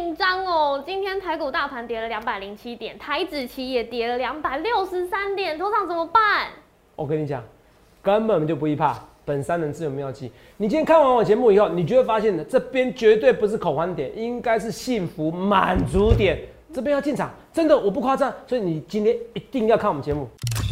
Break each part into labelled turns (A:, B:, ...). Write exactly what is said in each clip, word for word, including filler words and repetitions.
A: 紧张哦！今天台股大盘跌了两百零七点，台指期也跌了两百六十三点，头长怎么办？
B: 我跟你讲，根本就不必怕，本山人自有妙计。你今天看完我节目以后，你就会发现这边绝对不是恐慌点，应该是幸福满足点。这边要进场，真的我不夸张，所以你今天一定要看我们节目。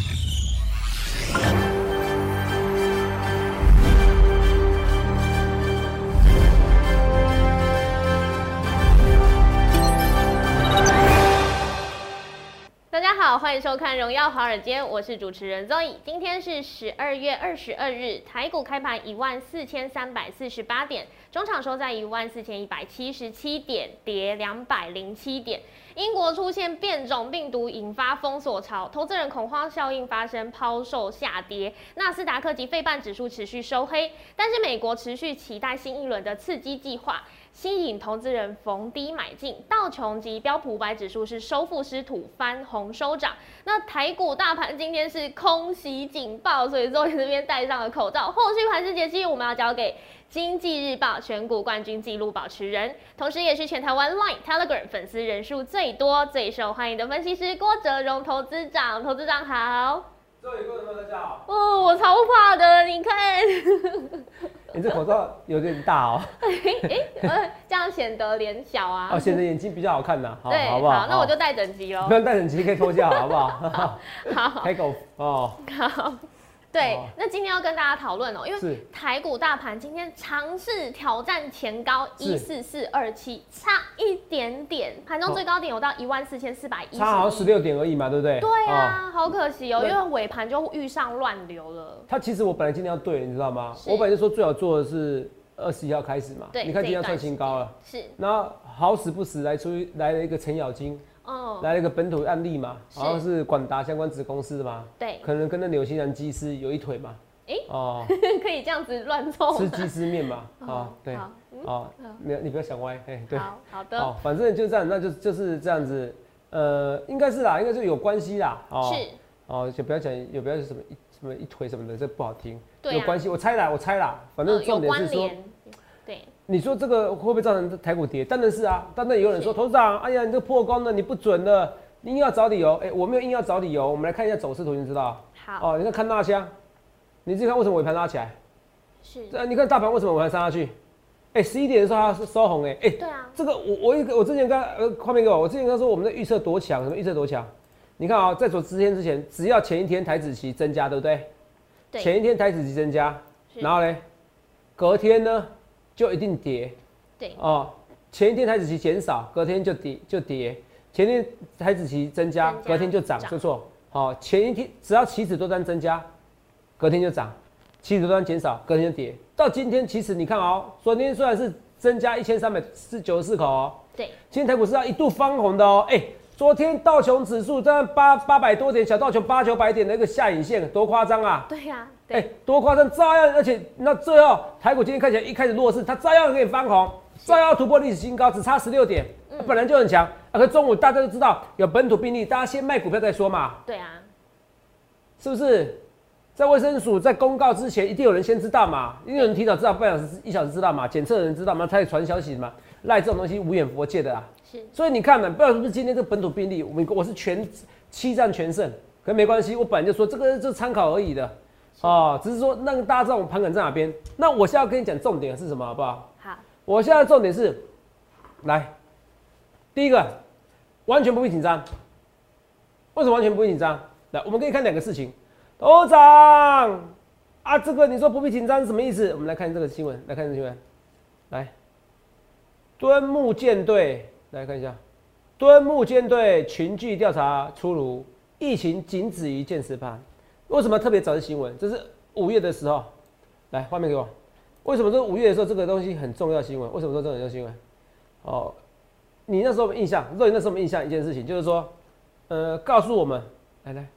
A: 大家好，欢迎收看《荣耀华尔街》，我是主持人 Zoe。今天是十二月二十二日，台股开盘一万四千三百四十八点，中场收在一万四千一百七十七点，跌两百零七点。英国出现变种病毒，引发封锁潮，投资人恐慌效应发生，抛售下跌。纳斯达克及费半指数持续收黑，但是美国持续期待新一轮的刺激计划，吸引投资人逢低买进。道琼及标普五百指数是收复失土，翻红收涨。那台股大盘今天是空袭警报，所以Zoe这边戴上了口罩。后续盘势解析，我们要交给经济日报选股冠军纪录保持人，同时也是全台湾 Line、Telegram 粉丝人数最多、最受欢迎的分析师郭哲荣投资长。投资长好。
B: 各位观众朋友大家好。
A: 哦，我超怕的，你看。
B: 你这口罩有点大哦。
A: 哎哎，这样显得脸小啊。
B: 哦，显得眼睛比较好看呐，好，
A: 对，
B: 好不好？
A: 好，那我就戴整齐喽。
B: 不用戴整齐，可以脱下，好不好？
A: 好，
B: 开口哦。
A: 好。对，哦、那今天要跟大家讨论哦，因为台股大盘今天尝试挑战前高一四四二七，差一点点，盘中最高点有到一万四千四百一，
B: 差好像十六点而已嘛，对不对？
A: 对啊，哦、好可惜哦，因为尾盘就遇上乱流了。
B: 它其实我本来今天要对，你知道吗？我本来就说最好做的是二十一号开始嘛，对，你看今天要创新高了，
A: 是，
B: 然后好死不死来出来了一个程咬金。哦、来了一个本土案例嘛，好像是广达相关子公司的嘛，对，可能跟那纽西兰技师有一腿嘛，哎、欸，哦，
A: 可以这样子乱凑，
B: 吃鸡丝面嘛，啊、哦，对，啊、嗯哦，你你不要想歪，哎，对，
A: 好好的，
B: 哦，反正就这样，那就就是这样子，呃，应该是啦，应该是有关系啦，哦，是，哦，就不要讲，也不要什么一什么一腿什么的，这不好听，对、啊，有关系，我猜啦，我猜啦，反正重点是说。呃对，你说这个会不会造成台股跌？当然是啊，当然也有人说，投资长，哎呀，你这破功了，你不准了，你硬要找理由。哎、欸，我没有硬要找理由，我们来看一下走势图，你知道？好，哦，你看看纳香，你自己看为什么尾盘拉起来？是，呃，你看大盘为什么尾盘杀下去？哎、欸，十一点的时候它收红、欸，哎，哎，对啊，这个我我一个我之前刚呃画面给我，我之前刚说我们的预测多强，什么预测多强？你看啊、喔，在走之前之前，只要前一天台指期增加，对不对？对，前一天台指期增加，然后呢，隔天呢？就一定跌，对哦。前一天台指期减少，隔天就跌就跌；前天台指期增加，隔天就涨，说错。好、哦，前一天只要期指多单增加，隔天就涨；期指多单减少，隔天就跌。到今天，其实你看哦，昨天虽然是增加一千三百九十四口哦，对，今天台股是要一度翻红的哦。哎、欸，昨天道琼指数在八八百多点，小道琼八九百点的一个下影线，多夸张啊！对呀、啊。哎、欸，多夸张！照样，而且那最后台股今天看起来一开始弱势，它照样可以翻红，照样突破历史新高，只差十六点，嗯、本来就很强。啊，可中午大家都知道有本土病例，大家先卖股票再说嘛。对啊，是不是？在卫生署在公告之前，一定有人先知道嘛，一定有人提早知道，半小时、一小时知道嘛，检测的人知道嘛，他也传消息嘛。赖这种东西无远佛界的啊。是。所以你看嘛，不知道是不是今天这个本土病例，我们我是全七战全胜，可没关系，我本来就说这个就是参考而已的。哦，只是说让大家知道我们盘感在哪边。那我现在要跟你讲重点是什么，好不好？好。我现在的重点是，来，第一个，完全不必紧张。为什么完全不必紧张？来，我们可以看两个事情。头长啊，这个你说不必紧张是什么意思？我们来看这个新闻，来看这个新闻。来，敦睦舰队，来看一下，敦睦舰队群聚调查出炉，疫情仅止于健身盘。为什么特别找这新闻？这是五月的时候，来画面给我。为什么这五月的时候这个东西很重要新闻？为什么说这很重要新闻？哦，你那时候印象，若你那时候印象一件事情，就是说，呃，告诉我们，来来，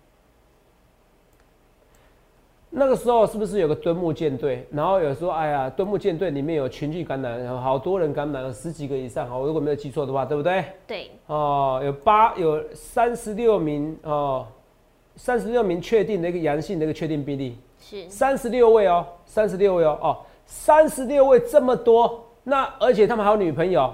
B: 那个时候是不是有个敦睦舰队？然后有说，哎呀，敦睦舰队里面有群聚感染，然后好多人感染，有十几个以上，好，如果没有记错的话，对不对？对。哦，有八有三十六名哦。三十六名确定的一个阳性的一个确定病例，是三十六位哦，三十六位哦，哦，三十六位这么多，那而且他们还有女朋友，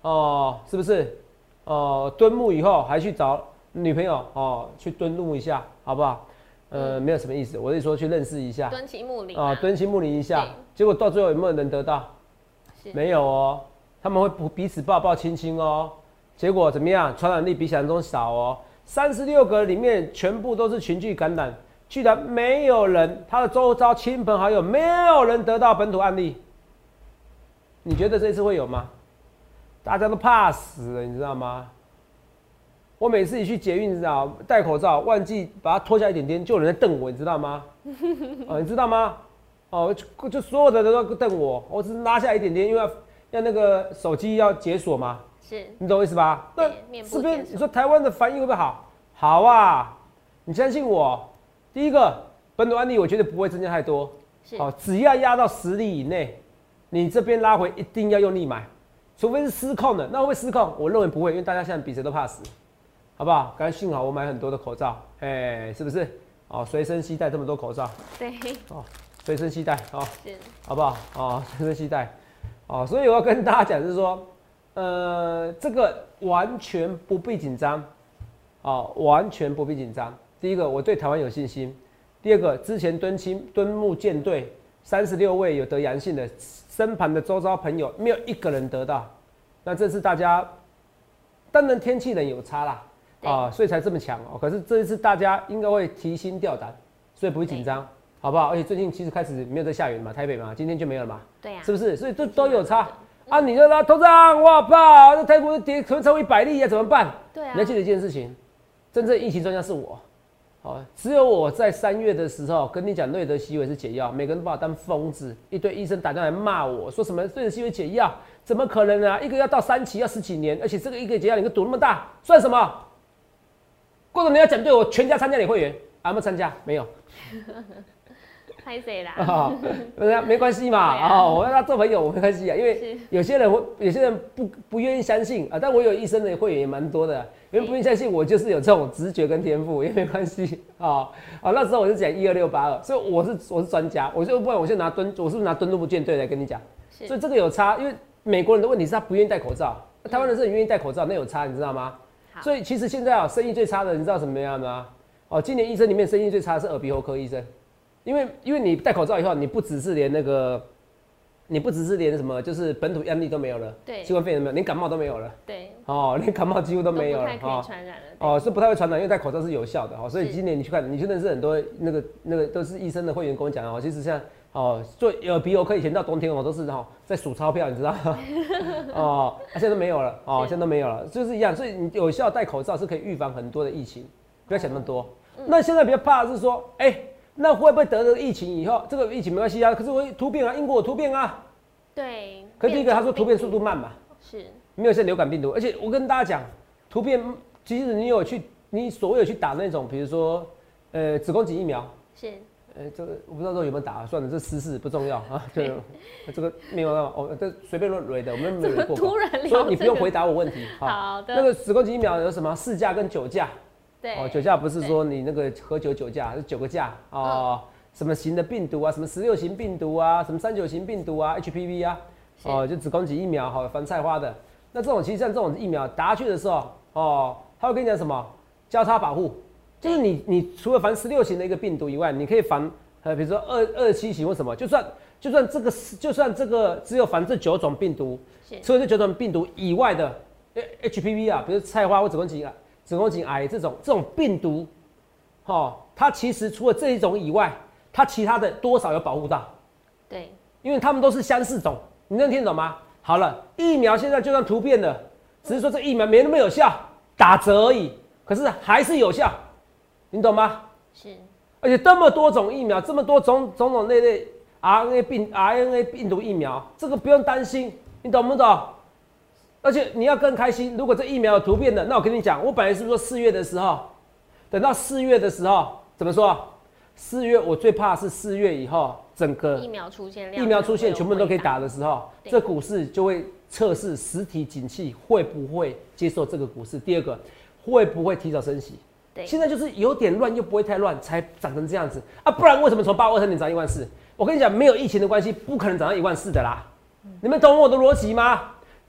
B: 哦，是不是？哦，蹲木以后还去找女朋友哦，去蹲木一下，好不好？呃，嗯、没有什么意思，我是说去认识一下，
A: 蹲起木林
B: 啊，蹲起木林一下，结果到最后有没有人得到？没有哦，他们会彼此抱抱亲亲哦，结果怎么样？传染力比想象中少哦，三十六个里面全部都是群聚感染，居然没有人，他的周遭亲朋好友没有人得到本土案例，你觉得这次会有吗？大家都怕死了，你知道吗？我每次一去捷运，你知道戴口罩，忘记把它脱下一点点，就有人在瞪我，你知道吗？哦，你知道吗？哦，就, 就所有的人都瞪我，我只是拉下一点点，因为要要那个手机要解锁嘛。
A: 是，
B: 你懂我意思吧？那是不是你说台湾的反应会不会好？好啊，你相信我。第一个本土案例，我觉得不会增加太多。好、哦，只要压到十例以内，你这边拉回一定要用力买。除非是失控的，那会不会失控？我认为不会，因为大家现在比谁都怕死，好不好？刚才幸好我买很多的口罩，哎，是不是？哦，随身携带这么多口罩，
A: 对，
B: 哦，随身携带，哦，
A: 是，
B: 好不好？哦，随身携带，哦，所以我要跟大家讲是说，呃，这个完全不必紧张，哦，完全不必紧张。第一个，我对台湾有信心；第二个，之前敦亲敦睦舰队三十六位有得阳性的。身旁的周遭朋友没有一个人得到，那这次大家当然天气冷有差啦，啊，所以才这么强哦。可是这一次大家应该会提心吊胆，所以不会紧张，好不好？而且最近其实开始没有在下雨嘛，台北嘛，今天就没有了嘛，
A: 对呀、啊，
B: 是不是？所以这都有差、嗯、啊！你就说头上，我怕这台股跌可能超过一百例啊，怎么办？
A: 对啊，
B: 你要记得一件事情，真正疫情专家是我。哦，只有我在三月的时候跟你讲瑞德西韦是解药，每个人都把我当疯子，一堆医生打电话来骂我说什么瑞德西韦解药，怎么可能啊？一个要到三期要十几年，而且这个一个解药你个赌那么大，算什么？过种你要讲对我全家参加你会员，啊有没有参加？没有。
A: 拍谁啦？
B: 哦，没关系嘛，啊、哦，我跟他做朋友我没关系啊，因为有些人会，有些人不不愿意相信啊，但我有医生的会员也蛮多的、啊，因为不愿意相信我就是有这种直觉跟天赋，也没关系啊。啊、哦，那时候我就讲一二六八二，所以我是我是专家，我就不然我就拿敦，我是不是拿敦睦舰队来跟你讲？所以这个有差，因为美国人的问题是他不愿意戴口罩，台湾人是很愿意戴口罩，那有差，你知道吗？所以其实现在啊、喔，生意最差的，你知道什么样吗？哦，今年医生里面生意最差的是耳鼻喉科医生。因为因为你戴口罩以后，你不只是连那个，你不只是连什么，就是本土案例都没有了，
A: 对，
B: 新冠肺炎都没有，连感冒都没有了，
A: 对，
B: 哦，连感冒几乎都没有了，
A: 都不太可以传染了，
B: 哦，是不太会传染，因为戴口罩是有效的，哦，所以今年你去看，你去认识很多那个那个都是医生的会员跟我讲哦，其实像哦做耳鼻喉科以前到冬天我都是哈在数钞票，你知道吗？哦，啊、现在都没有了，哦，现在都没有了，就是一样，所以你有效戴口罩是可以预防很多的疫情，不要想那么多。嗯、那现在比较怕的是说，哎、欸。那会不会得这个疫情以后，这个疫情没关系啊？可是会突变啊，英国有突变啊。
A: 对。
B: 可是第一个他说突变速度慢嘛，
A: 是。没
B: 有像流感病毒，而且我跟大家讲，突变，即使你有去，你所谓有去打那种，比如说，呃，子宫颈疫苗。
A: 是。
B: 呃，这个我不知道说有没有打，算了，这私事不重要啊。就这个没有办法，哦，这随便乱雷的，我们没有雷过。
A: 突然聊、這個，
B: 所以你不用回答我问题。
A: 好的。
B: 那个子宫颈疫苗有什么四价跟九价？
A: 对
B: 哦，酒驾不是说你那个喝酒酒驾，是九个驾哦、嗯。什么型的病毒啊，什么十六型病毒啊，什么三九型病毒啊 ，H P V 啊，哦，就子宫颈疫苗，好、哦，凡菜花的。那这种其实像这种疫苗打下去的时候，哦，他会跟你讲什么交叉保护，就是你你除了防十六型的一个病毒以外，你可以防呃，比如说二二七型或什么，就算就算这个就算这个只有防这九种病毒，除了这九种病毒以外的 H P V 啊，比如菜花或子宫颈啊。子宫颈癌这种这种病毒，哦，它其实除了这一种以外，它其他的多少有保护到。
A: 对，
B: 因为它们都是相似种，你能听得懂吗？好了，疫苗现在就算突变了，只是说这疫苗没那么有效，打折而已，可是还是有效，你懂吗？
A: 是。
B: 而且这么多种疫苗，这么多种种种类类 R N A 病 R N A 病毒疫苗，这个不用担心，你懂不懂？而且你要更开心，如果这疫苗有突变的，那我跟你讲，我本来是不是说四月的时候，等到四月的时候怎么说？四月我最怕是四月以后，整个
A: 疫苗出现量，
B: 疫苗出现全部都可以打的时候，这股市就会测试实体景气会不会接受这个股市。第二个，会不会提早升息？对，现在就是有点乱又不会太乱，才涨成这样子啊！不然为什么从八二三年涨一万四？我跟你讲，没有疫情的关系，不可能涨到一万四的啦。嗯、你们懂我的逻辑吗？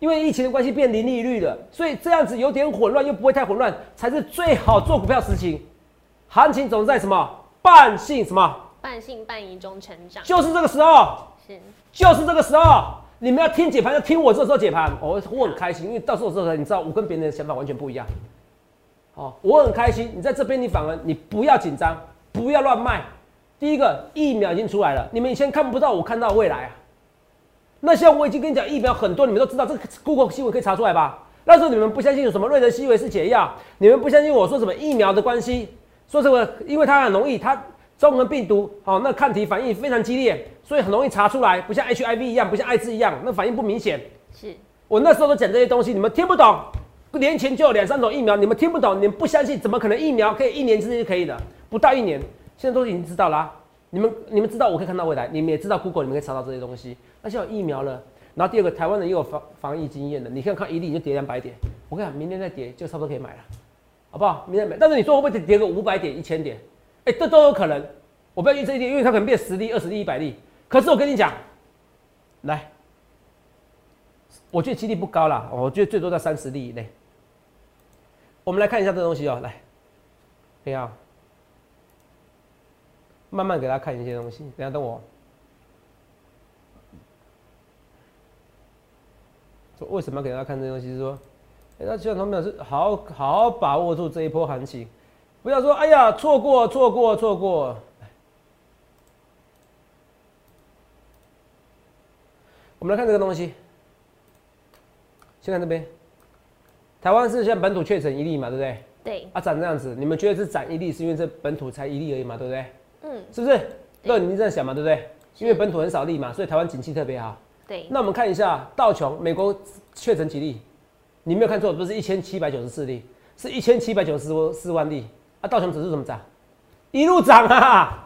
B: 因为疫情的关系变零利率了，所以这样子有点混乱又不会太混乱，才是最好做股票时期。行情总在什么半信什么
A: 半信半疑中成长，
B: 就是这个时候，
A: 是
B: 就是这个时候。你们要听解盘，要听我这时候解盘，我我很开心，因为到时候这时候你知道我跟别人的想法完全不一样。哦，我很开心，你在这边你反而你不要紧张，不要乱卖。第一个疫苗已经出来了，你们以前看不到，我看到未来啊。那像我已经跟你讲疫苗很多，你们都知道，这个 Google 新闻可以查出来吧？那时候你们不相信有什么瑞德西韦是解药，你们不相信我说什么疫苗的关系，说这个因为它很容易，它中和病毒，好、哦，那抗体反应非常激烈，所以很容易查出来，不像 H I V 一样，不像艾滋一样，那反应不明显。
A: 是
B: 我那时候都讲这些东西，你们听不懂。年前就有两三种疫苗，你们听不懂，你们不相信，怎么可能疫苗可以一年之内就可以的？不到一年，现在都已经知道啦、啊。你们你们知道我可以看到未来，你们也知道 Google 你们可以查到这些东西。那现在有疫苗了，然后第二个，台湾人也有防防疫经验的，你看看一例就跌两百点，我跟你讲，明天再跌就差不多可以买了，好不好？明天买，但是你说会不会跌个五百点、一千点？哎、欸，这都有可能。我不要预测一点，因为它可能变十例、二十例、一百例。可是我跟你讲，来，我觉得几率不高啦，我觉得最多在三十例以内。我们来看一下这东西哦、喔，来，等一下，慢慢给大家看一些东西。等一下等我。说为什么要给大家看这些东西？是说，哎、欸，那希望同学是好好好把握住这一波行情，不要说哎呀错过错过错过。我们来看这个东西，先看这边，台湾是现在本土确诊一例嘛，对不对？
A: 对。
B: 啊，涨这样子，你们觉得是涨一例，是因为这本土才一例而已嘛，对不对？
A: 嗯。
B: 是不是？对，你这样想嘛，对不对？因为本土很少例嘛，所以台湾景气特别好。
A: 对。
B: 那我们看一下道琼，美国确诊几例？你没有看错，不是一千七百九十四例，是一千七百九十四万例。啊，道琼指数怎么涨？一路涨啊！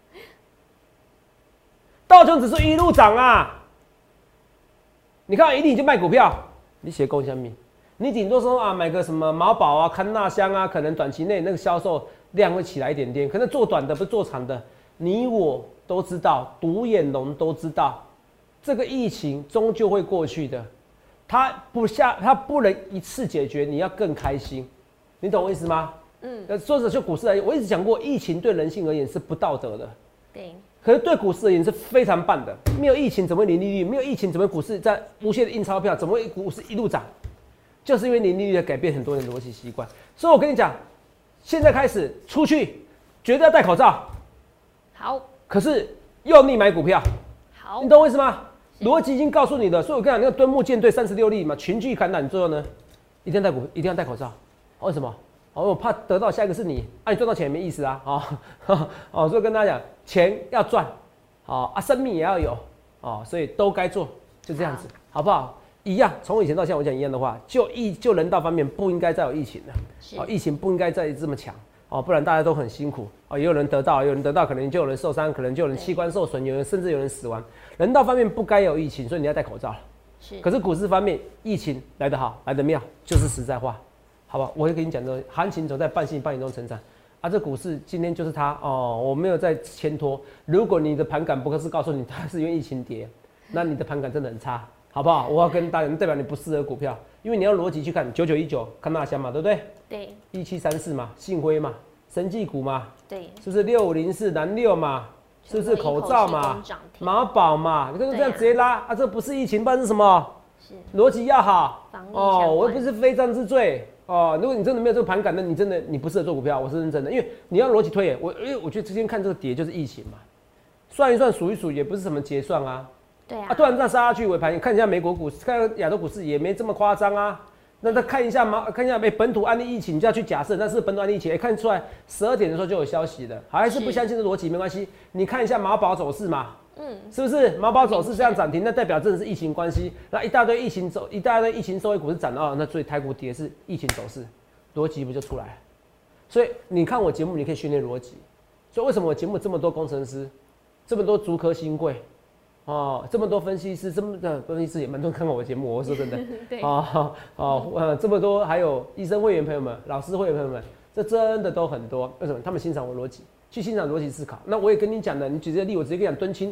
B: 道琼指数一路涨啊！你看一例你就卖股票，你写公虾米？你顶多说啊买个什么毛宝啊、康纳香啊，可能短期内那个销售量会起来一点点。可能做短的不是做长的，你我都知道，独眼龙都知道，这个疫情终究会过去的。它不下，它不能一次解决，你要更开心，你懂我意思吗？嗯。说着就股市而言，我一直讲过，疫情对人性而言是不道德的。
A: 对。
B: 可是对股市而言是非常棒的，没有疫情怎么会零利率？没有疫情怎么会股市在无限的印钞票？怎么会股市一路涨？就是因为零利率的改变很多人的逻辑习惯。所以我跟你讲，现在开始出去绝对要戴口罩。
A: 好。可
B: 是用力买股票。
A: 好。
B: 你懂我意思吗？逻辑已经告诉你的。所以我跟你讲，那个敦睦舰队三十六例嘛，群聚感染，你最后呢，一定要戴股，一定要戴口罩。为什么？哦，我怕得到下一个是你，啊，你赚到钱也没意思啊，哦，哦，所以跟大家讲，钱要赚，哦啊，生命也要有，哦，所以都该做，就这样子，好不好？一样，从以前到现在我讲一样的话，就疫就人道方面不应该再有疫情了，哦，疫情不应该再这么强，哦，不然大家都很辛苦，哦，也有人得到，有人得到，可能就有人受伤，可能就有人器官受损，有人甚至有人死亡，人道方面不该有疫情，所以你要戴口罩了。是，可是股市方面，疫情来得好，来得妙，就是实在话。好吧，我会跟你讲的，行情走在半信半疑中成长，啊，这股市今天就是它哦，我没有在牵拖。如果你的盘感不是告诉你它是因为疫情跌，那你的盘感真的很差，好不好？我要跟大家代表你不适合股票，因为你要逻辑去看，九九一九看纳香嘛，对不对？
A: 对。
B: 一七三四嘛，信辉嘛，生技股嘛，
A: 对，
B: 是不是六五零四南六嘛？是不是口罩嘛？马宝嘛？你看这样直接拉啊，这不是疫情，不然是什么？是逻辑要好哦，我又不是非战之罪。哦，如果你真的没有这个盘感，那你真的你不适合做股票，我是认真的，因为你要逻辑推演，我因为我觉得之前看这个跌就是疫情嘛，算一算数一数也不是什么结算啊，
A: 对啊，
B: 啊突然这样杀下去尾盘，你看一下美国股市，看亚洲股市也没这么夸张啊，那再看一下嘛，看一下没本土案例疫情，你就要去假设那是本土案例疫情，哎、欸，看出来十二点的时候就有消息的，还是不相信这逻辑没关系，你看一下毛宝走势嘛。嗯，是不是毛宝走势这样涨停，那代表真的是疫情关系？那一大堆疫情走，一大堆疫情受惠股是涨哦，那所以台股跌是疫情走势，逻辑不就出来了？所以你看我节目，你可以训练逻辑。所以为什么我节目这么多工程师，这么多竹科新贵，哦，这么多分析师，这么的分析师也蛮多看过我节目，我说真的，对，哦哦呃，这么多还有医生会员朋友们、老师会员朋友们，这真的都很多。为什么？他们欣赏我逻辑。去欣赏逻辑思考，那我也跟你讲的，你举这个例，我直接跟你讲，敦清，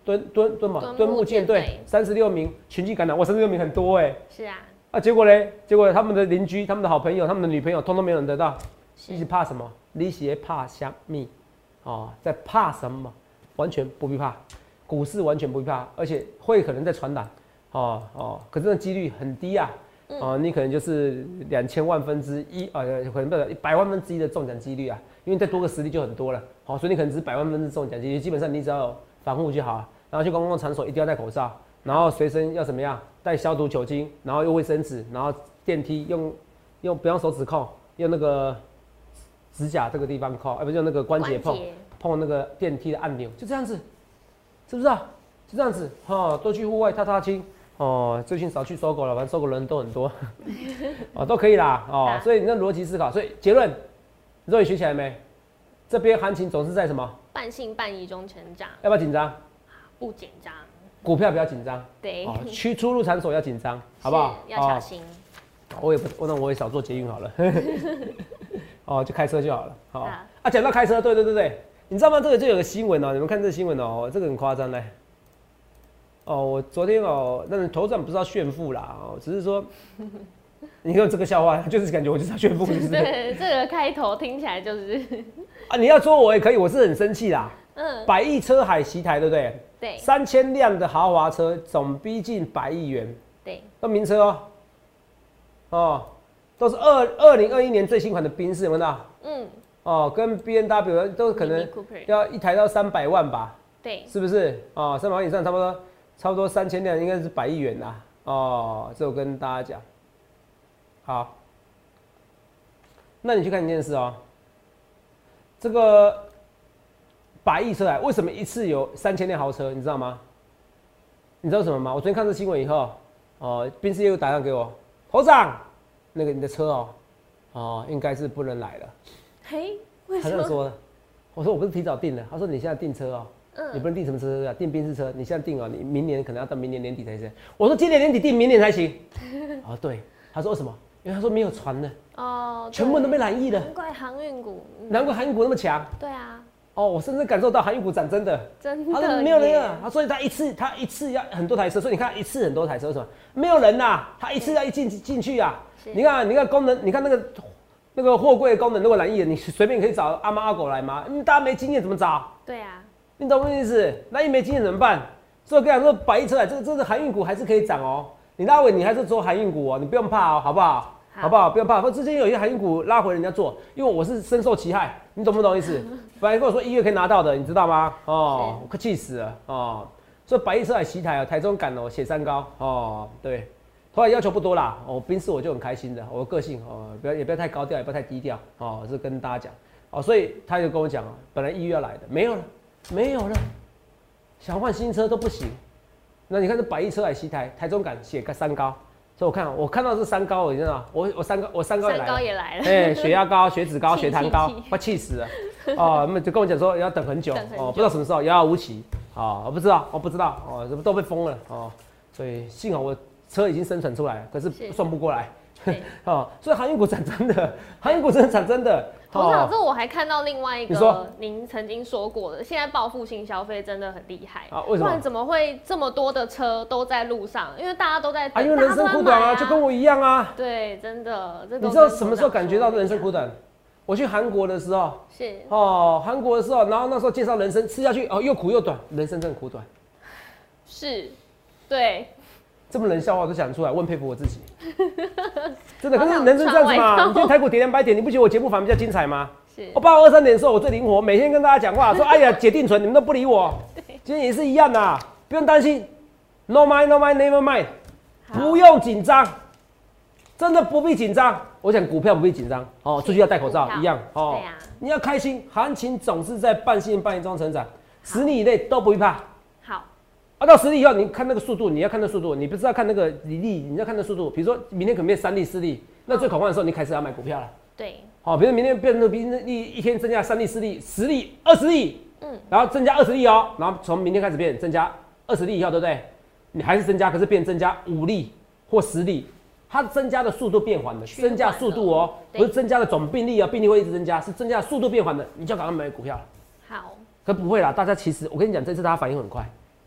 B: 敦敦敦嘛，敦睦舰队三十六名群聚感染，哇，三十六名很多哎、欸。
A: 是啊。
B: 啊，结果嘞，结果他们的邻居、他们的好朋友、他们的女朋友，通通没有人得到。一直怕什么？你是怕虾米？哦，在怕什么？完全不必怕，股市完全不必怕，而且会可能在传染。哦哦，可是那几率很低啊。嗯、哦，你可能就是两千万分之一，呃，可能不一百万分之一的中奖几率啊，因为再多个十例就很多了。好、哦，所以你可能只是百万分之中奖几率，基本上你只要有防护就好。然后去公共场所一定要戴口罩，然后随身要怎么样？带消毒酒精，然后用卫生纸，然后电梯用用不用手指控，用那个指甲这个地方扣，哎，不是用那个关节碰碰那个电梯的按钮，就这样子，是不是啊？就这样子，哦，多去户外踏踏青。哦，最近少去搜狗了，反正搜狗人都很多，哦，都可以啦，哦，所以你那逻辑思考，所以结论，肉眼学起来没？这边行情总是在什么？
A: 半信半疑中成长，
B: 要不要紧张？
A: 不紧张。
B: 股票不要紧张，
A: 对，
B: 哦，去出入场所要紧张，好不好？
A: 要小心。
B: 哦、我也不，那我也少坐捷运好了，哦，就开车就好了，好、哦、啊。讲到开车，对对对对，你知道吗？这个就有个新闻哦，你们看这个新闻哦，这个很夸张嘞。哦，我昨天哦，那个头长不是要炫富啦，哦，只是说，你看这个笑话，就是感觉我就是要炫富，是不是？
A: 对，这个开头听起来就是
B: 啊，你要说我也可以，我是很生气啦。嗯，百亿车海袭台，对不对？
A: 对，
B: 三千辆的豪华车总逼近百亿元，
A: 对，
B: 都名车哦，哦，都是二二零二一年最新款的宾士，有没有看到？嗯，哦，跟 B N W 都可能要一台到三百万吧？
A: 对，
B: 是不是？哦，三百万以上，差不多。差不多三千辆，应该是百亿元啦。哦，这我跟大家讲。好，那你去看一件事哦。这个百亿车来，为什么一次有三千辆豪车？你知道吗？你知道什么吗？我昨天看这新闻以后，哦，宾士业务打电话给我，头长，那个你的车哦，哦，应该是不能来了。
A: 嘿，为
B: 什么？他这么说的。我说我不是提早订的。他说你现在订车哦。嗯、你不能订什么车啊？订宾士车，你现在订哦，你明年可能要到明年年底才行。我说今年年底订，明年才行。哦，对，他说为什么？因为他说没有船了，哦，全部都被染疫了。
A: 难怪航运股，
B: 嗯、难怪航运股那么强。
A: 对啊。
B: 哦，我甚至感受到航运股涨真的，
A: 真的。
B: 他说没有人啊，他所以他一次他一次要很多台车，所以你看一次很多台车，为什么？没有人呐、啊，他一次要一进进去啊。你看，你看功能，你看那个那个货柜的功能，如果染疫了，你随便可以找阿猫阿狗来吗？嗯，大家没经验怎么找？
A: 对啊。你
B: 懂我意思？那一没经验怎么办？所以我跟你讲说，百亿车来，这个这个航运股还是可以涨哦。你拉回你还是做航运股哦，你不用怕哦，好不好？好, 好不好？不用怕。之前有一些航运股拉回人家做，因为我是深受其害，你懂不懂意思？本来跟我说一月可以拿到的，你知道吗？哦，我快气死了哦。所以百亿车来袭台啊，台中赶哦，写三高哦，对，后来要求不多啦，哦，宾士我就很开心的，我的个性哦，不要也不要太高调，也不要太低调哦，是跟大家讲哦，所以他就跟我讲哦，本来一月要来的，没有了。没有了，想换新车都不行。那你看这百亿车来袭台，台中港写个三高，所以我看我看到这三高，我知道，我我三高我三高也来了，
A: 三高也来了，
B: 哎、欸，血压高、血脂高、血糖高，快气死了。哦，那么就跟我讲说要等很久，很久哦，不知道什么时候遥遥无期。哦，我不知道，我不知道，哦，什么都被封了哦，所以幸好我车已经生产出来了，可是算不过来。哦，所以航运股涨真的，航运股真的涨真的。
A: 头长，这我还看到另外一个您曾经说过的，现在报复性消费真的很厉害啊！为什么？不然怎么会这么多的车都在路上？因为大家都在
B: 啊，因为人生苦短啊，就跟我一样啊。
A: 对，真的，这
B: 你知道什么时候感觉到人生苦短？我去韩国的时候，
A: 是
B: 哦，韩国的时候，然后那时候介绍人生吃下去哦，又苦又短，人生真的苦短。
A: 是，对。
B: 这么冷笑话都讲出来，我很佩服我自己。真的，可是人生这样子嘛。你今天台股跌两百点，你不觉得我节目反而比较精彩吗？是。我八二三点的时候我最灵活，每天跟大家讲话，说哎呀解定存，你们都不理我。今天也是一样的，不用担心 ，no mind no mind never mind， 不用紧张，真的不必紧张。我讲股票不必紧张哦，出去要戴口罩一样哦。对呀。你要开心，行情总是在半信半疑中成长，十年以内都不必怕。
A: 好。
B: 啊，到十例以后，你看那个速度，你要看那速度，你不是要看那个利率，你要看那速度。比如说明天可能变三例、四例，那最恐慌的时候，你开始要买股票了。
A: 对。
B: 好，比如明天变成比例一天增加三例、四例、十例、二十例，嗯，然后增加二十例哦，然后从明天开始变增加二十例以后，对不对？你还是增加，可是变增加五例或十例，它增加的速度变缓的，增加速度哦，不是增加的总病例啊，病例会一直增加，是增加的速度变缓的，你就要赶快买股票了。
A: 好。
B: 可不会啦，大家其实我跟你讲，这次大家反应很快。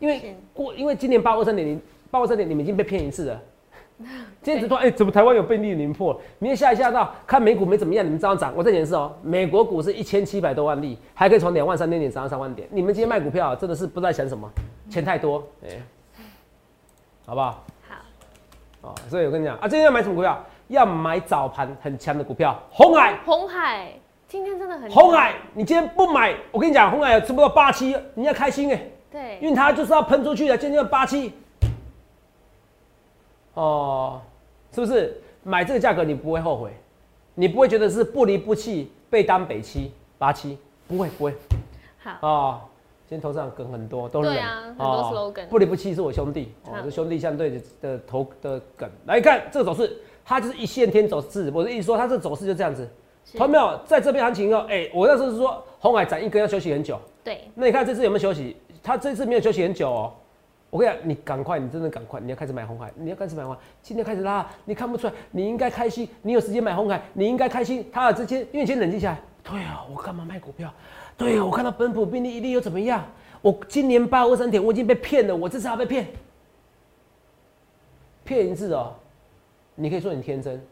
B: 因为过因为今年八二三点零八二三点你们已经被骗一次了。今天只说，哎、欸，怎么台湾有被利零破？明天吓一吓到，看美股没怎么样，你们照样涨。我再解释哦，美国股市一千七百多万例，还可以从两万三千点涨到三万点。你们今天卖股票真的是不知道想什么，钱太多，哎、欸，好不好？好。哦，所以我跟你讲啊，今天要买什么股票？要买早盘很强的股票，鸿海。
A: 鸿海今天真的很强。
B: 鸿海，你今天不买，我跟你讲，鸿海有差不多八七，你要开心哎、欸。
A: 对。
B: 因为它就是要喷出去的，今天要八七。哦，是不是买这个价格你不会后悔，你不会觉得是不离不弃被当北七八七，不会不会。
A: 好
B: 哦，今天头上梗很多，都是
A: 对啊，很多 slogan、哦。
B: 不离不弃是我兄弟，哦，这兄弟相对的的头的梗。来看这个走势，它就是一线天走势。我的意思说，它这个走势就这样子。看到没有？在这边行情哦，哎、欸，我那时候是说鸿海涨一根要休息很久。
A: 对。
B: 那你看这次有没有休息？它这次没有休息很久哦。我跟你讲，你赶快，你真的赶快，你要开始买鸿海，你要开始买鸿海，今天开始拉，你看不出来，你应该开心，你有时间买鸿海，你应该开心。他的这些，因为你先冷静下来，对啊，我干嘛卖股票？对啊，我看到本土病例一例又怎么样？我今年八二三点，我已经被骗了，我这次还被骗，骗一次哦，你可以说你天真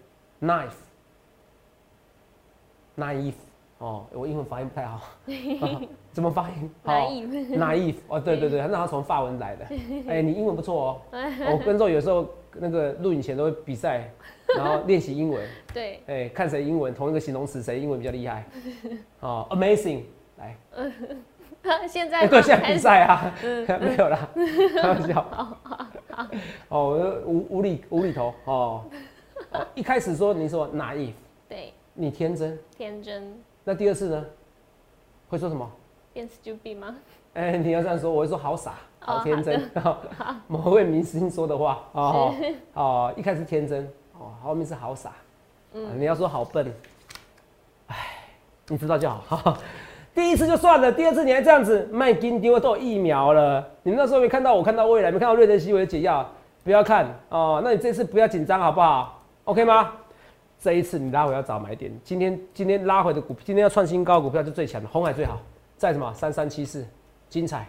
B: ，naive，naive。哦，我英文发音不太好，啊、怎么发音？
A: 哪意
B: naive 哦，对对对，那他从法文来的。哎、欸，你英文不错哦。我跟肉有时候那个录影前都会比赛，然后练习英文。对。哎、欸，看谁英文同一个形容词谁英文比较厉害。哦 ，amazing， 来。
A: 现在、
B: 欸、对，现在比赛啊，没有啦，开玩笑。哦，无无厘无厘头哦。一开始说你说 naive，
A: 对，
B: 你天真，
A: 天真。
B: 那第二次呢？会说什么？
A: 变 stupid 吗？
B: 哎、欸，你要这样说，我会说好傻，好天真。哦、某位明星说的话哦哦，一开始天真哦，后面是好傻。嗯，你要说好笨，哎，你知道就好。第一次就算了，第二次你还这样子卖金丢都有疫苗了，你那时候没看到我看到未来，没看到瑞德西韦的解药，不要看哦。那你这次不要紧张好不好 ？OK 吗？这一次你拉回要找买点，今天今天拉回的股，今天要创新高的股票就最强的，鸿海最好，在什么三三七四，精彩。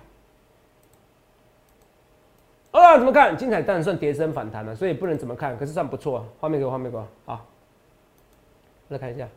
B: 啊，怎么看？精彩当然算跌升反弹了，所以不能怎么看，可是算不错。画面给我，画面给我，好，再看一下。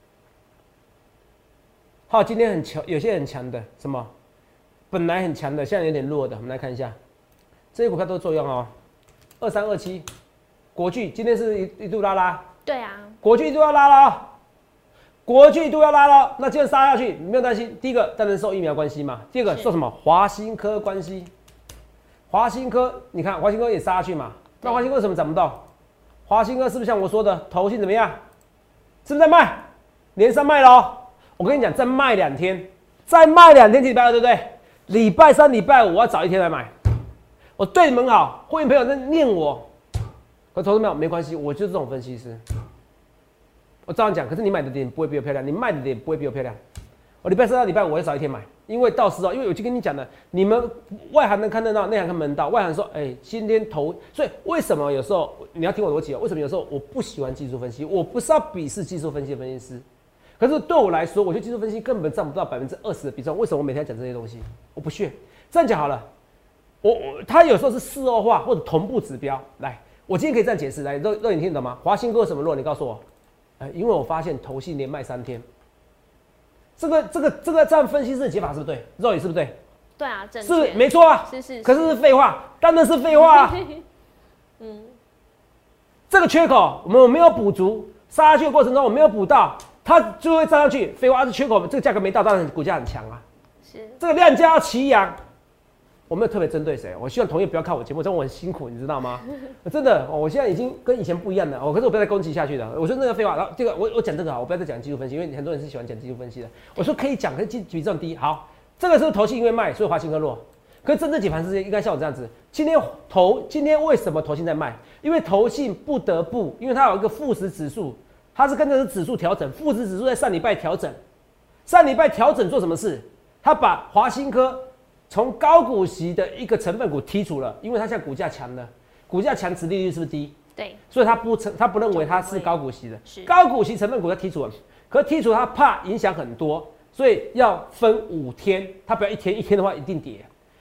B: 好，今天很强，有些很强的，什么？本来很强的，现在有点弱的，我们来看一下，这些股票都作用哦。二三二七，国巨今天是一一度拉拉。
A: 对啊，
B: 国巨都要拉了，国巨都要拉了，那这样杀下去，你没有担心。第一个当然受疫苗关系嘛，第二个受什么华新科关系。华新科，你看华新科也杀下去嘛，那华新科为什么涨不到？华新科是不是像我说的，投信怎么样？是不是在卖？连上卖了哦。我跟你讲，再卖两天，再卖两天，礼拜二对不对？礼拜三、礼拜五我要早一天来买。我对你们好，会员朋友在念我。可投资没有没关系，我就是这种分析师。我照样讲，可是你买的点不会比我漂亮，你卖的点不会比我漂亮。我礼拜三到礼拜五我要早一天买，因为到时候，因为我就跟你讲了，你们外行能看得到，内行看门道。外行说，哎、欸，今天投，所以为什么有时候你要听我逻辑哦？为什么有时候我不喜欢技术分析？我不是要鄙视技术分析的分析师，可是对我来说，我觉得技术分析根本占不到百分之二十的比重。为什么我每天要讲这些东西？我不屑。这样讲好了，我我他有时候是事后化或者同步指标来。我今天可以这样解释，来，肉肉，你听得懂吗？华新科有什么弱？你告诉我。呃，因为我发现投信连卖三天，这个这个这个这样分析师的解法是不是对？肉也是不是对？
A: 对啊，正
B: 确是没错啊。
A: 是是是。
B: 可是是废话，当然是废话啊。嗯，这个缺口我们没有补足，杀下去的过程中我没有补到，它就会站上去。废话，这缺口这个价格没到，当然股价很强啊。是。这个量价要齐扬。我没有特别针对谁，我希望同业不要看我节目，这样我很辛苦，你知道吗？真的，我现在已经跟以前不一样了。哦，可是我不要再攻击下去了。我说那个废话，然后这个我我讲这个好，我不要再讲技术分析，因为很多人是喜欢讲技术分析的。我说可以讲，可是比重低。好，这个是投信因为卖，所以华新科弱。可是真正解盘是应该像我这样子。今天投今天为什么投信在卖？因为投信不得不，因为它有一个富时指数，它是跟着指数调整，富时指数在上礼拜调整，上礼拜调整做什么事？它把华新科从高股息的一个成分股剔除了，因为它现在股价强了，股价强，殖利率是不是低？
A: 对，
B: 所以他不他不认为它是高股息的，高股息成分股它剔除了，可是剔除它怕影响很多，所以要分五天，它不要一天，一天的话一定跌。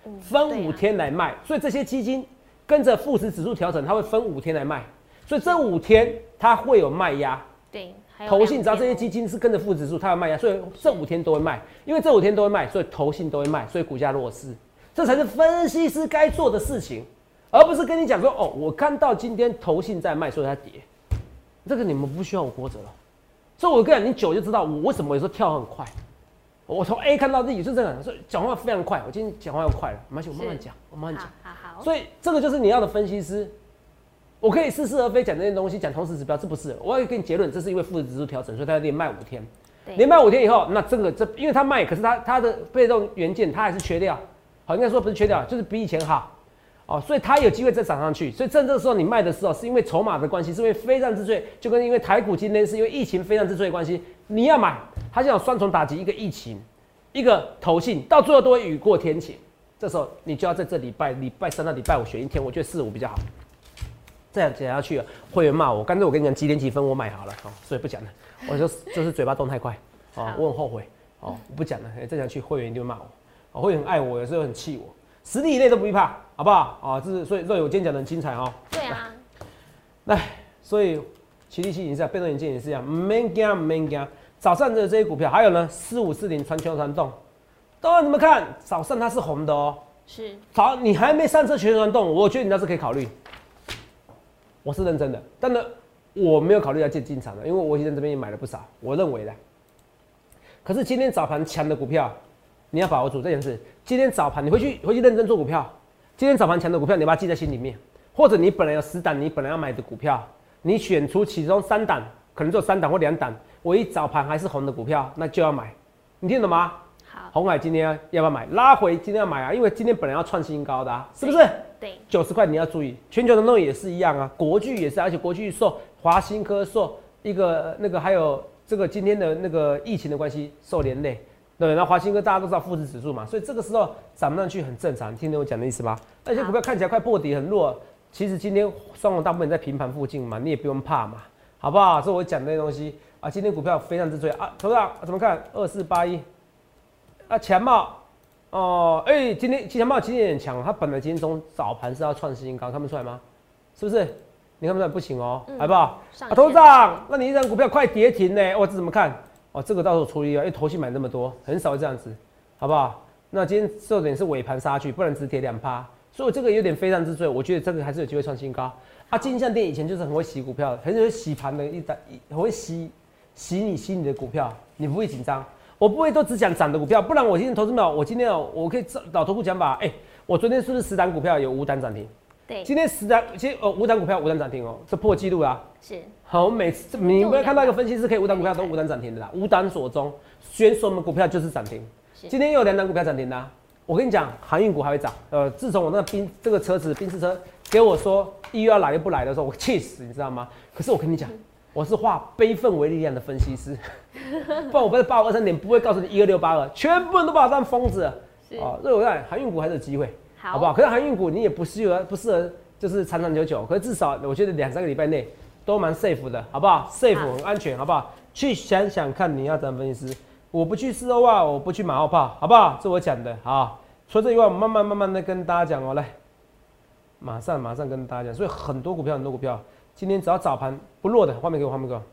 B: 分五天来卖，所以这些基金跟着富时指数调整，它会分五天来卖，所以这五天它会有卖压。
A: 对，
B: 投信只要这些基金是跟着富时指数，它要卖压，所以这五天都会卖，因为这五天都会卖，所以投信都会卖，所以股价弱势，这才是分析师该做的事情，而不是跟你讲说哦，我看到今天投信在卖，所以它跌，这个你们不需要我郭责了。所以我跟你讲，你久就知道我为什么有时候跳很快。我从 A 看到 Z 就这样，所以讲话非常快。我今天讲话又快了，没关系，我慢慢讲，我慢慢讲。
A: 好好好。所
B: 以这个就是你要的分析师。我可以似是而非讲这些东西，讲同时指标，这不是。我要给你结论，这是因为富时指数调整，所以它连卖五天。连卖五天以后，那这个这因为它卖，可是它它的被动元件它还是缺掉。好，应该说不是缺掉，就是比以前好。哦，所以它有机会再涨上去。所以趁这个时候你卖的时候，是因为筹码的关系，是因为非战之罪，就跟因为台股今天是因为疫情非战之罪的关系，你要买，它就有双重打击，一个疫情。一个投信到最后都会雨过天晴，这时候你就要在这礼拜礼拜三到礼拜五选一天，我觉得四五比较好。这样讲下去，会员骂我，干脆我跟你讲几点几分我买好了，哦，所以不讲了。我就就是嘴巴动太快，哦，我很后悔，哦，我不讲了。哎，再讲去会员一定会骂我，哦，会员很爱我，有时候很气我，十例以内都不必怕，好不好？啊，这是所以所以我今天讲的很精彩哦。
A: 对啊。
B: 来，所以齐力期也是这样，被动元件也是这样，免惊免惊。早上的这些股票，还有呢，四五四零传球传动，当然你们看，早上它是红的哦。
A: 是。早
B: 你还没上车全球传动，我觉得你倒是可以考虑。我是认真的，但呢，我没有考虑要进进场的，因为我其实这边也买了不少，我认为的。可是今天早盘强的股票，你要把握住这件事。今天早盘你回去回去认真做股票，今天早盘强的股票，你把它记在心里面，或者你本来有十档，你本来要买的股票，你选出其中三档，可能只有三档或两档。我一早盘还是红的股票，那就要买，你听得懂吗？
A: 好，
B: 鸿海今天要不要买？拉回今天要买啊，因为今天本来要创新高的啊，是不是？
A: 对，
B: 九十块你要注意，全球的弄也是一样啊，国巨也是，而且国巨受华新科受一个那个还有这个今天的那个疫情的关系受连累，对，那华新科大家都知道富时指数嘛，所以这个时候涨不上去很正常，听懂我讲的意思吗？那些股票看起来快破底很弱，其实今天双红大部分在平盘附近嘛，你也不用怕嘛，好不好？这是我讲的那些东西。啊，今天股票非常之追啊，头上怎么看？二四八一啊，强茂哦，哎、欸，今天强茂今天也很强，它本来今天从早盘是要创新高，看不出来吗？是不是？你看不出来不行哦、喔嗯，好不好？啊，头上，那你一张股票快跌停呢、欸，我这怎么看？哦，这个到时候处理啊，因为投信买那么多，很少这样子，好不好？那今天重点是尾盘杀去，不然只跌两趴，所以这个有点非常之追，我觉得这个还是有机会创新高。啊，金像店以前就是很会洗股票，很会洗盘的一单，很会洗。洗你洗你的股票，你不会紧张，我不会都只讲涨的股票，不然我今天投资秒，我今天我可以老头部讲法，哎、欸，我昨天是不是十档股票有五档涨停？
A: 对，
B: 今天十档，其实呃五档股票五档涨停哦，这破纪录啦。
A: 是，
B: 好，我每次你不要看到一个分析师可以五档股票都五档涨停的啦，五档所中选什么股票就是涨停。今天又有两档股票涨停啦，我跟你讲，航运股还会涨。呃，自从我那个宾这个车子宾士车给我说一月要来又不来的时候，我气死，你知道吗？可是我跟你讲。我是化悲愤为力量的分析师，不然我不是八五二三点不会告诉你一二六八二，全部人都把我当疯子了。啊，所以我看航运股还是有机会，好不好？可是航运股你也不适合，不适合就是长长久久，可是至少我觉得两三个礼拜内都蛮 safe 的，好不好 ？safe 很安全，好不好？去想想看你要怎么分析师，我不去四欧啊，我不去马后炮，好不好？这我讲的，好。除了这以外，我慢慢慢慢的跟大家讲哦，来，马上马上跟大家讲，所以很多股票很多股票。今天只要早盘不弱的，画面给我，画面给我。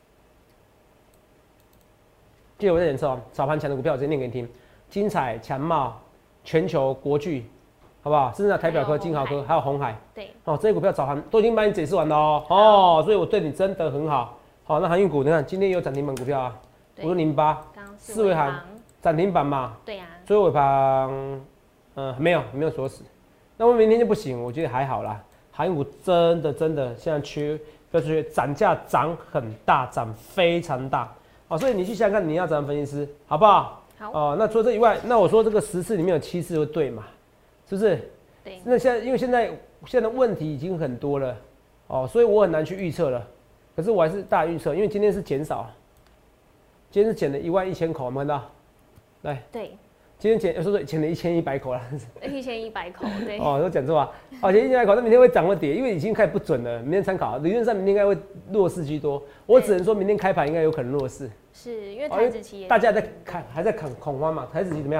B: 记得我在演测哦，早盘强的股票我直接念给你听：精彩、强茂、全球、国巨，好不好？甚至台表科、金豪科，还有鸿海。对，哦，这些股票早盘都已经帮你解释完了哦。哦，所以我对你真的很好。好，那航运股，你看今天有涨停板股票啊，五六零八，四维航涨停板嘛。对呀、啊。最后尾盘，嗯，没有没有锁死，那么明天就不行，我觉得还好啦。航运股真的真的现在缺，不要缺，涨价涨很大，涨非常大，好，所以你去想想看，你要怎样分析师，好不好？好。哦、呃，那除了这以外，那我说这个十次里面有七次会对嘛？是不是？对。那现在因为现在现在的问题已经很多了，哦，所以我很难去预测了。可是我还是大预测，因为今天是减少，今天是减了一万一千口，有没有看到？来。对。今天减，说说减了一千一百口了，
A: 一千一百口，对。哦，
B: 都讲错啊，哦，减一千一百口，那明天会涨会跌，因为已经开始不准了，明天参考，理论上明天应该会弱势居多，我只能说明天开盘应该有可能弱势，
A: 是因为台指期也，
B: 大家在看还在恐恐慌嘛，台指期怎么样？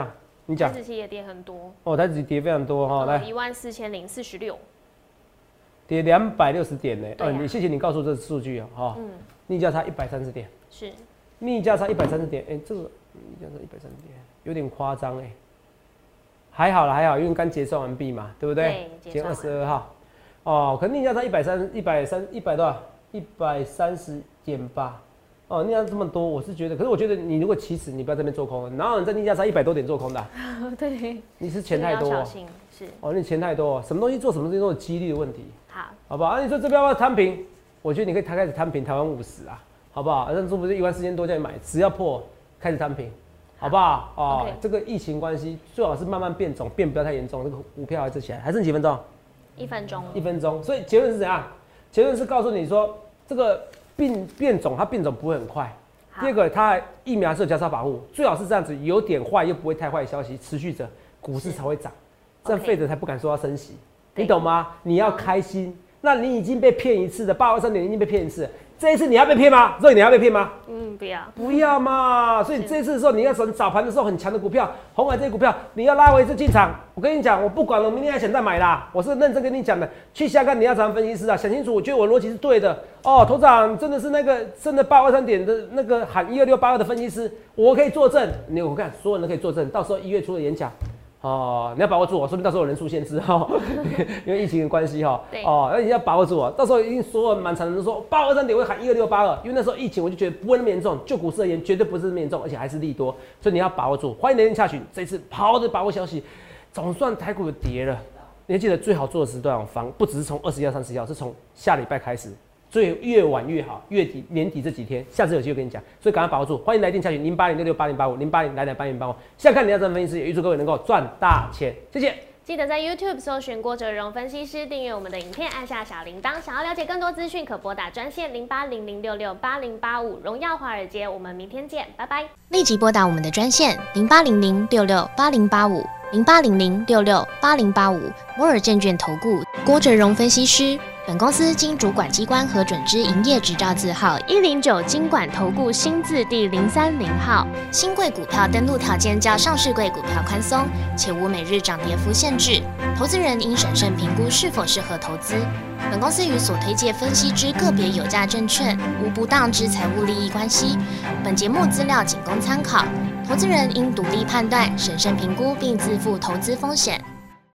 B: 你讲。
A: 台指期也跌很多。
B: 哦，台指期跌非常多哈，来
A: 一万四千零四十六，
B: 跌两百六十点呢。
A: 啊、
B: 哦，你谢谢你告诉这数据啊，哈，嗯，逆价差一百三十点，
A: 是，
B: 逆价差一百三十点，哎、欸，这个逆价差一百三十点，有点夸张哎。还好了，还好，因为刚结算完毕嘛，对不对？
A: 对，
B: 今天二十二号，哦，可能逆价差一百三、一百三、一百多少？一百三十点八，哦，逆价这么多，我是觉得，可是我觉得你如果起始，你不要在那边做空，哪有人在逆价差一百多点做空的、啊？
A: 对，
B: 你是钱太多、
A: 小心是
B: 哦，你钱太多，什么东西做什么东西都有几率的问题。
A: 好，
B: 好不好？啊，你说这边要不要摊平？我觉得你可以开始摊平台湾五十啊，好不好？那这不是一万四千多叫你买，只要破开始摊平。好不好？哦，
A: okay.
B: 这个疫情关系最好是慢慢变种，变不要太严重。这个股票还是起来，还剩几分钟？
A: 一分钟。
B: 一分钟。所以结论是怎样？结论是告诉你说，这个病变种它变种不会很快。第二个，它疫苗是有交叉保护，最好是这样子，有点坏又不会太坏的消息持续着，股市才会涨，这样费德才不敢说要升息，你懂吗？你要开心。那你已经被骗一次的，八二三点已经被骗一次了。这一次你要被骗吗？所以你要被骗吗？
A: 嗯，不要，
B: 不要嘛。所以这一次的时候，你要从早盘的时候很强的股票，鸿海这些股票，你要拉回一次进场。我跟你讲，我不管了，我明天还想再买啦。我是认真跟你讲的。去香港你要找分析师啊，想清楚。我觉得我逻辑是对的哦。头长真的是那个真的八二三点的那个喊一二六八二的分析师，我可以作证。你我看所有人都可以作证。到时候一月初的演讲。哦，你要把握住我，说不定到时候有人数限制哈、哦，因为疫情的关系哈。哦，那你要把握住我，到时候一定所有满场人都说八二三点会喊一二六八二，因为那时候疫情我就觉得不会那么严重，就股市而言绝对不是那么严重，而且还是利多，所以你要把握住。欢迎连线洽询，这次好的把握消息，总算台股有跌了。你还记得最好做的时段方，不只是从二十一号、三十一号，是从下礼拜开始。所以越晚越好，月底年底这几天，下次有机会跟你讲，所以赶快把握住。欢迎来电洽询零八零六六八零八五零八零来点八零八五。现在看你要怎么分析师，也预祝各位能够赚大钱，谢谢。
A: 记得在 YouTube 搜寻郭哲荣分析师，订阅我们的影片，按下小铃铛。想要了解更多资讯，可拨打专线零八零零六六八零八五。荣耀华尔街，我们明天见，拜拜。
C: 立即拨打我们的专线零八零零六六八零八五零八零零六六八零八五。摩尔证券投顾郭哲荣分析师。本公司经主管机关核准之营业执照字号一零九金管投顾新字第零三零号。新贵股票登录条件较上市贵股票宽松，且无每日涨跌幅限制。投资人应审慎评估是否适合投资。本公司与所推介分析之个别有价证券无不当之财务利益关系。本节目资料仅供参考，投资人应独立判断、审慎评估并自负投资风险。